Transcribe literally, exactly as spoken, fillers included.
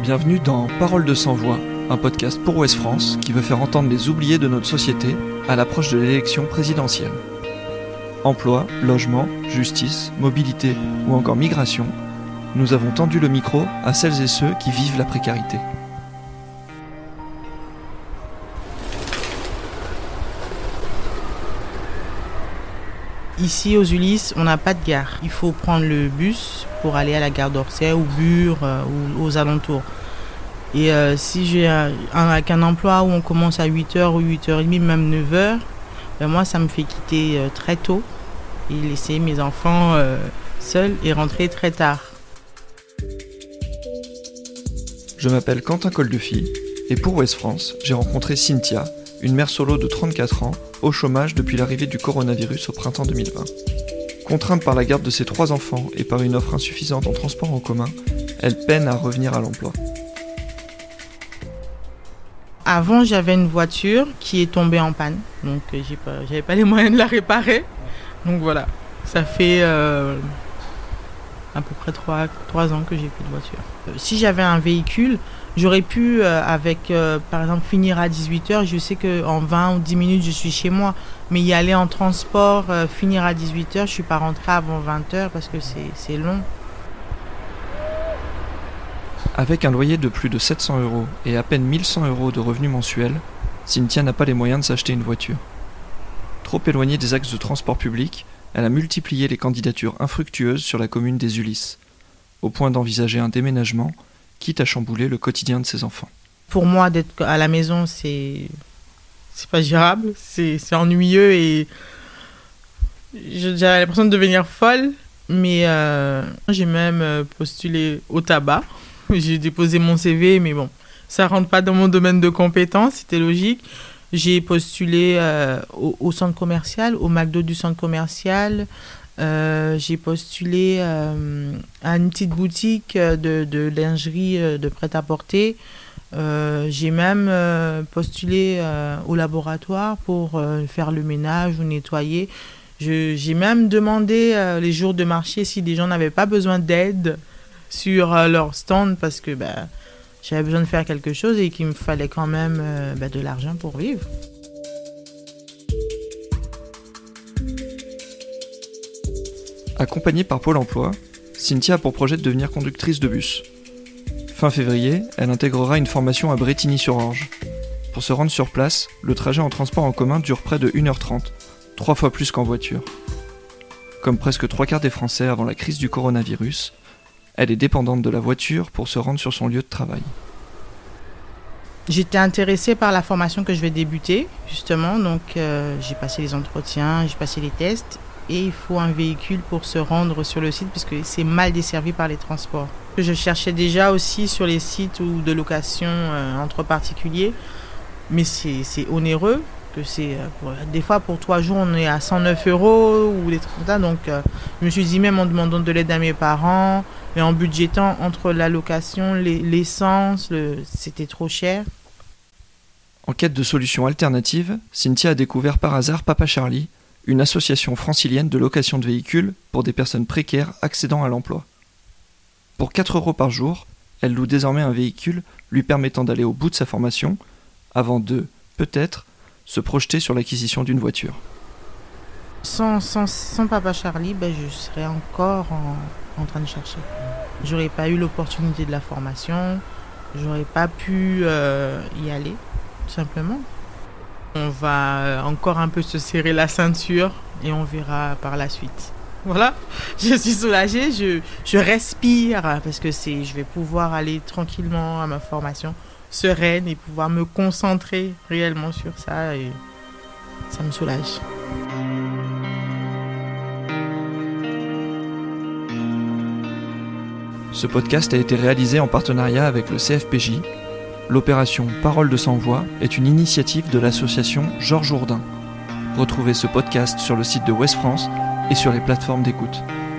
Bienvenue dans Paroles de sans voix, un podcast pour Ouest France qui veut faire entendre les oubliés de notre société à l'approche de l'élection présidentielle. Emploi, logement, justice, mobilité ou encore migration, nous avons tendu le micro à celles et ceux qui vivent la précarité. Ici aux Ulysses, on n'a pas de gare. Il faut prendre le bus pour aller à la gare d'Orsay ou Bure euh, ou aux alentours. Et euh, si j'ai un, un, avec un emploi où on commence à huit heures ou huit heures trente, même neuf heures, ben moi ça me fait quitter euh, très tôt et laisser mes enfants euh, seuls et rentrer très tard. Je m'appelle Quentin Coldefi et pour Ouest France, j'ai rencontré Cynthia, une mère solo de trente-quatre ans, au chômage depuis l'arrivée du coronavirus au printemps deux mille vingt. Contrainte par la garde de ses trois enfants et par une offre insuffisante en transport en commun, elle peine à revenir à l'emploi. Avant, j'avais une voiture qui est tombée en panne, donc j'ai pas, j'avais pas les moyens de la réparer. Donc voilà, ça fait euh, à peu près trois, trois ans que j'ai plus de voiture. Euh, si j'avais un véhicule, j'aurais pu, euh, avec, euh, par exemple, finir à dix-huit heures. Je sais qu'en vingt ou dix minutes, je suis chez moi. Mais y aller en transport, euh, finir à dix-huit heures, je ne suis pas rentrée avant vingt heures parce que c'est, c'est long. Avec un loyer de plus de sept cents euros et à peine mille cent euros de revenus mensuels, Cynthia n'a pas les moyens de s'acheter une voiture. Trop éloignée des axes de transport public, elle a multiplié les candidatures infructueuses sur la commune des Ulysses, au point d'envisager un déménagement, quitte à chambouler le quotidien de ses enfants. Pour moi, d'être à la maison, c'est, c'est pas gérable, c'est, c'est ennuyeux et j'avais l'impression de devenir folle. Mais euh, j'ai même postulé au tabac. J'ai déposé mon C V, mais bon, ça rentre pas dans mon domaine de compétences, c'était logique. J'ai postulé euh, au, au centre commercial, au McDo du centre commercial. Euh, j'ai postulé euh, à une petite boutique de, de lingerie euh, de prêt-à-porter. Euh, j'ai même euh, postulé euh, au laboratoire pour euh, faire le ménage ou nettoyer. Je, j'ai même demandé euh, les jours de marché si des gens n'avaient pas besoin d'aide sur euh, leur stand parce que bah, j'avais besoin de faire quelque chose et qu'il me fallait quand même euh, bah, de l'argent pour vivre. Accompagnée par Pôle emploi, Cynthia a pour projet de devenir conductrice de bus. Fin février, elle intégrera une formation à Brétigny-sur-Orge. Pour se rendre sur place, le trajet en transport en commun dure près de une heure trente, trois fois plus qu'en voiture. Comme presque trois quarts des Français avant la crise du coronavirus, elle est dépendante de la voiture pour se rendre sur son lieu de travail. J'étais intéressée par la formation que je vais débuter, justement, donc euh, j'ai passé les entretiens, j'ai passé les tests. Et il faut un véhicule pour se rendre sur le site puisque c'est mal desservi par les transports. Je cherchais déjà aussi sur les sites ou de location euh, entre particuliers, mais c'est, c'est onéreux. Que c'est, euh, pour, des fois, pour trois jours, on est à cent neuf euros ou des trucs comme ça. Donc, euh, je me suis dit, même en demandant de l'aide à mes parents et en budgétant entre la location, les, l'essence, le, c'était trop cher. En quête de solutions alternatives, Cynthia a découvert par hasard Papa Charlie, une association francilienne de location de véhicules pour des personnes précaires accédant à l'emploi. Pour quatre euros par jour, elle loue désormais un véhicule lui permettant d'aller au bout de sa formation avant de, peut-être, se projeter sur l'acquisition d'une voiture. Sans, sans, sans Papa Charlie, ben, je serais encore en, en train de chercher. J'aurais pas eu l'opportunité de la formation, j'aurais pas pu euh, y aller, tout simplement. On va encore un peu se serrer la ceinture et on verra par la suite. Voilà, je suis soulagée, je, je respire parce que c'est, je vais pouvoir aller tranquillement à ma formation, sereine et pouvoir me concentrer réellement sur ça et ça me soulage. Ce podcast a été réalisé en partenariat avec le C F P J. L'opération Paroles de sans voix est une initiative de l'association Georges Jourdain. Retrouvez ce podcast sur le site de Ouest France et sur les plateformes d'écoute.